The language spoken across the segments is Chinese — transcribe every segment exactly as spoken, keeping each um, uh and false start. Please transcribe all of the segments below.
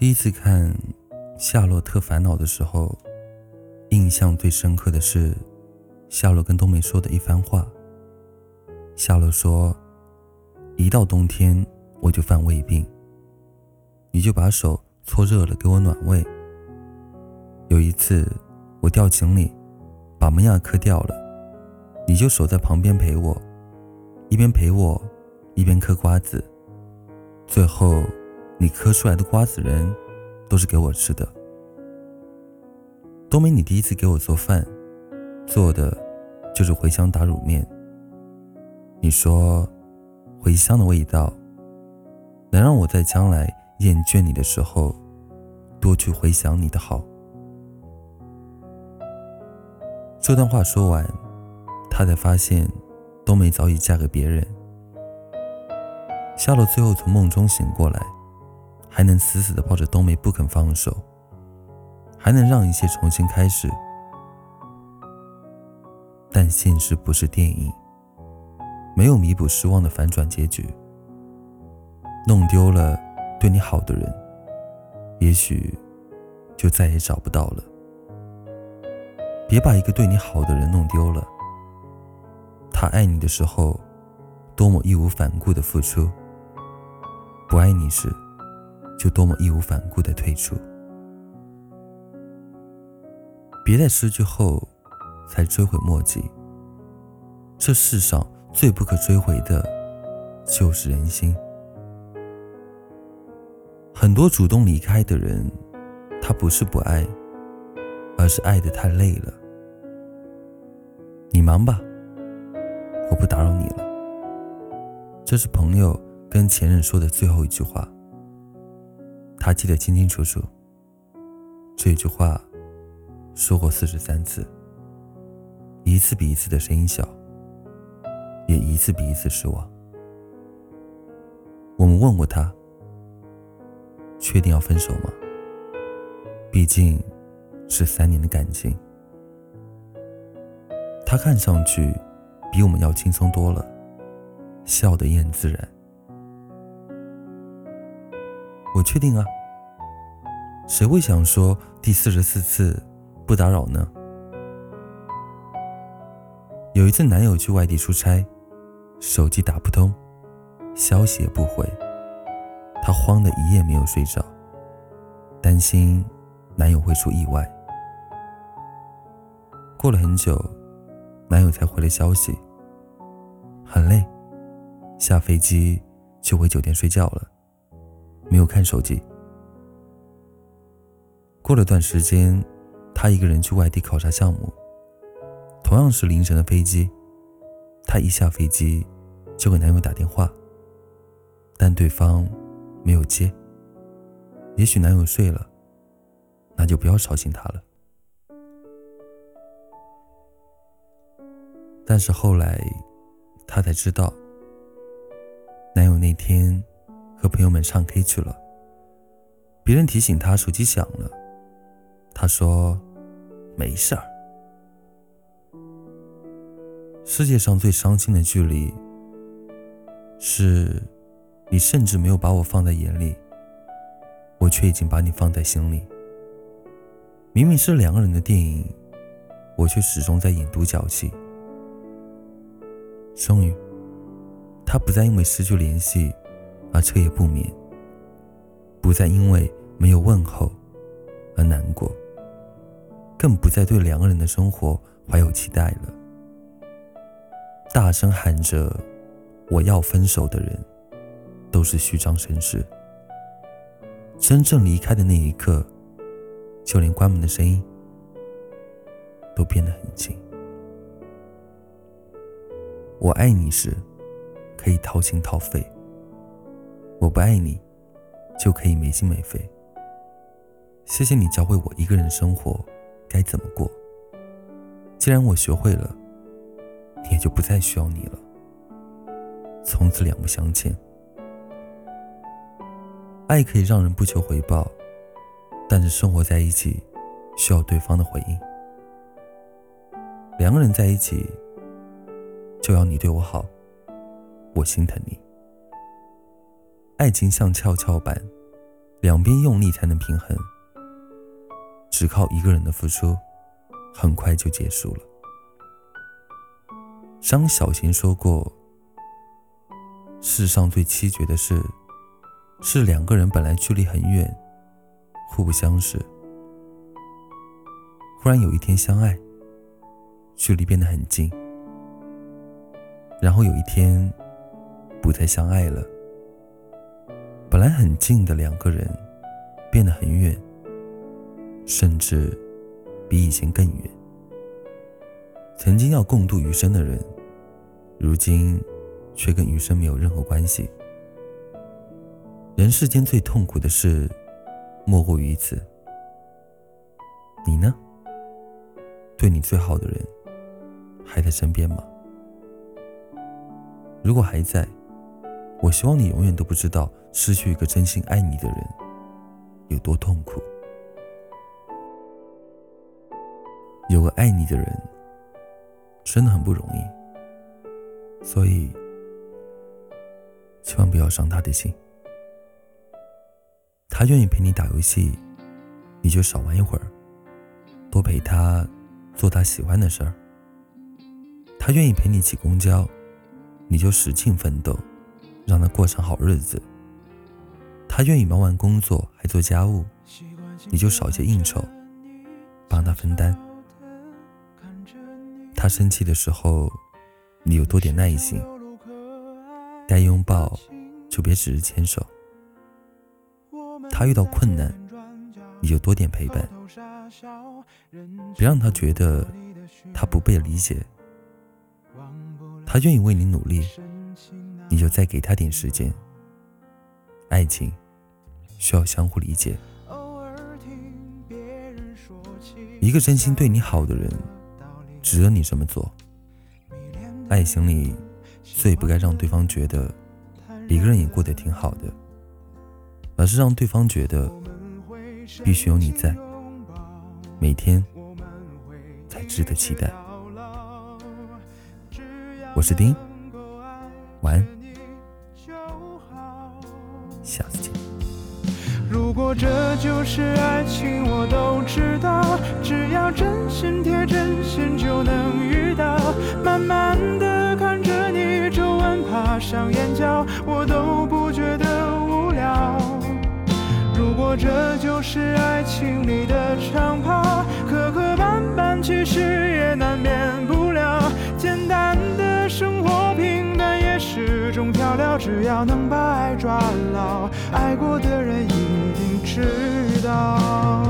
第一次看《夏洛特烦恼》的时候，印象最深刻的是夏洛跟冬梅说的一番话。夏洛说，一到冬天我就犯胃病，你就把手搓热了给我暖胃。有一次我掉井里把门牙磕掉了，你就守在旁边陪我，一边陪我一边嗑瓜子，最后你嗑出来的瓜子仁都是给我吃的。冬梅，你第一次给我做饭，做的就是茴香打卤面。你说茴香的味道能让我在将来厌倦你的时候多去回想你的好。这段话说完，他才发现冬梅早已嫁给别人。夏洛最后从梦中醒过来，还能死死地抱着冬梅不肯放手，还能让一切重新开始。但现实不是电影，没有弥补失望的反转结局。弄丢了对你好的人，也许就再也找不到了。别把一个对你好的人弄丢了，他爱你的时候多么义无反顾的付出，不爱你时就多么义无反顾的退出。别在失去后才追悔莫及，这世上最不可追回的就是人心。很多主动离开的人，他不是不爱，而是爱得太累了。你忙吧，我不打扰你了。这是朋友跟前任说的最后一句话，他记得清清楚楚。这句话说过四十三次，一次比一次的声音小，也一次比一次失望。我们问过他，确定要分手吗？毕竟是三年的感情。他看上去比我们要轻松多了，笑得也很自然。我确定啊，谁会想说第四十四次不打扰呢？有一次男友去外地出差，手机打不通，消息也不回，她慌得一夜没有睡着，担心男友会出意外。过了很久，男友才回了消息，很累，下飞机就回酒店睡觉了，没有看手机。过了段时间，她一个人去外地考察项目，同样是凌晨的飞机，她一下飞机就给男友打电话，但对方没有接。也许男友睡了，那就不要吵醒他了。但是后来她才知道，男友那天和朋友们唱 K 去了，别人提醒她手机响了，她说没事儿。世界上最伤心的距离，是你甚至没有把我放在眼里，我却已经把你放在心里。明明是两个人的电影，我却始终在演独角戏。终于，他不再因为失去联系而彻夜不眠，不再因为没有问候而难过，更不再对两个人的生活怀有期待了。大声喊着我要分手的人，都是虚张声势。真正离开的那一刻，就连关门的声音都变得很轻。我爱你时可以掏心掏肺，我不爱你就可以没心没肺。谢谢你教会我一个人生活该怎么过，既然我学会了，也就不再需要你了，从此两不相欠。爱可以让人不求回报，但是生活在一起需要对方的回应。两个人在一起，就要你对我好，我心疼你。爱情像跷跷板， 两边用力才能平衡，只靠一个人的付出，很快就结束了。张小娴说过，世上最凄绝的事，是两个人本来距离很远，互不相识，忽然有一天相爱，距离变得很近，然后有一天不再相爱了，本来很近的两个人变得很远，甚至比以前更远。曾经要共度余生的人，如今却跟余生没有任何关系。人世间最痛苦的事莫过于此。你呢？对你最好的人还在身边吗？如果还在，我希望你永远都不知道失去一个真心爱你的人有多痛苦。有个爱你的人真的很不容易，所以千万不要伤他的心。他愿意陪你打游戏，你就少玩一会儿，多陪他做他喜欢的事儿。他愿意陪你挤公交，你就使劲奋斗，让他过上好日子。他愿意忙完工作还做家务，你就少些应酬，帮他分担。他生气的时候，你有多点耐心，该拥抱就别只是牵手。他遇到困难，你就多点陪伴，别让他觉得他不被理解。他愿意为你努力，你就再给他点时间。爱情需要相互理解。一个真心对你好的人值得你这么做。爱情里最不该让对方觉得一个人也过得挺好的，而是让对方觉得必须有你在，每天才值得期待。我是丁，晚安，下次见。 如果这就是爱情，我都知道，只要真心贴真心就能遇到。慢慢地看着你皱纹爬上眼角，我都不觉得无聊。如果这就是爱情里的长跑，磕磕绊绊其实也难免不了。简单的生活平淡也是种调料，只要能把爱抓牢，爱过的人一定知道。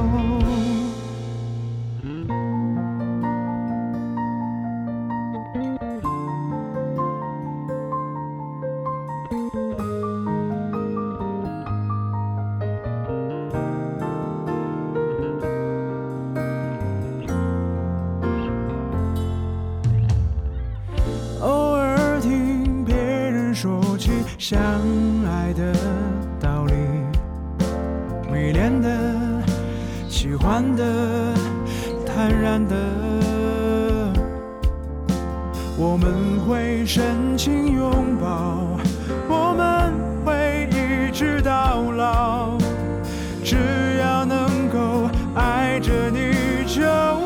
偶尔听别人说起相爱的道理，迷恋的、喜欢的、坦然的，我们会深情拥抱，我们会一直到老，只要能够爱着你就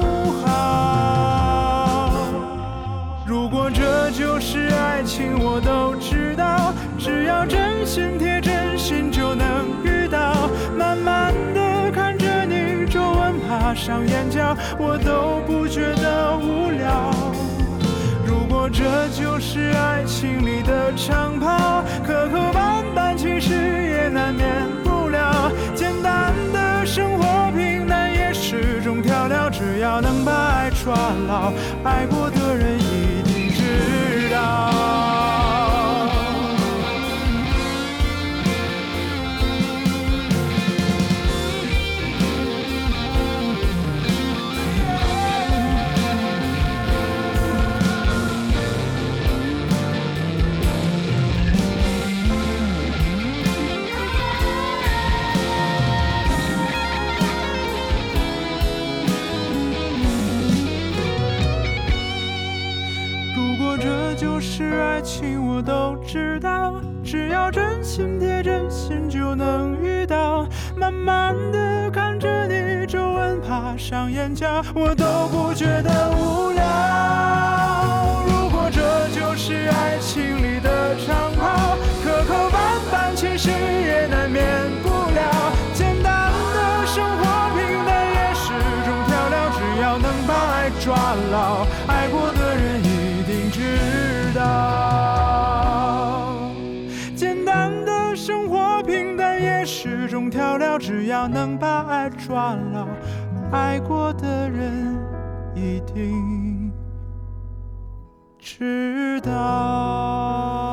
好。如果这就是爱情，我都知道，只要真心贴真心就能遇到。慢慢地看着你皱纹爬上眼角，我都不觉得无聊。如果这就是爱情里的长跑，磕磕绊绊其实也难免不了。简单的生活平淡也是种调料，只要能把爱抓牢，爱过的人一定知道。就是爱情，我都知道， 只要真心贴真心就能遇到。慢慢的看着你皱纹爬上眼角，我都不觉得无聊。如果这就是爱情里的长跑，磕磕绊绊其实也难免不了。简单的生活平淡也是种调料，只要能把爱抓牢，爱过的人一定知道。简单的生活平淡也是种调料，只要能把爱抓牢，爱过的人一定知道。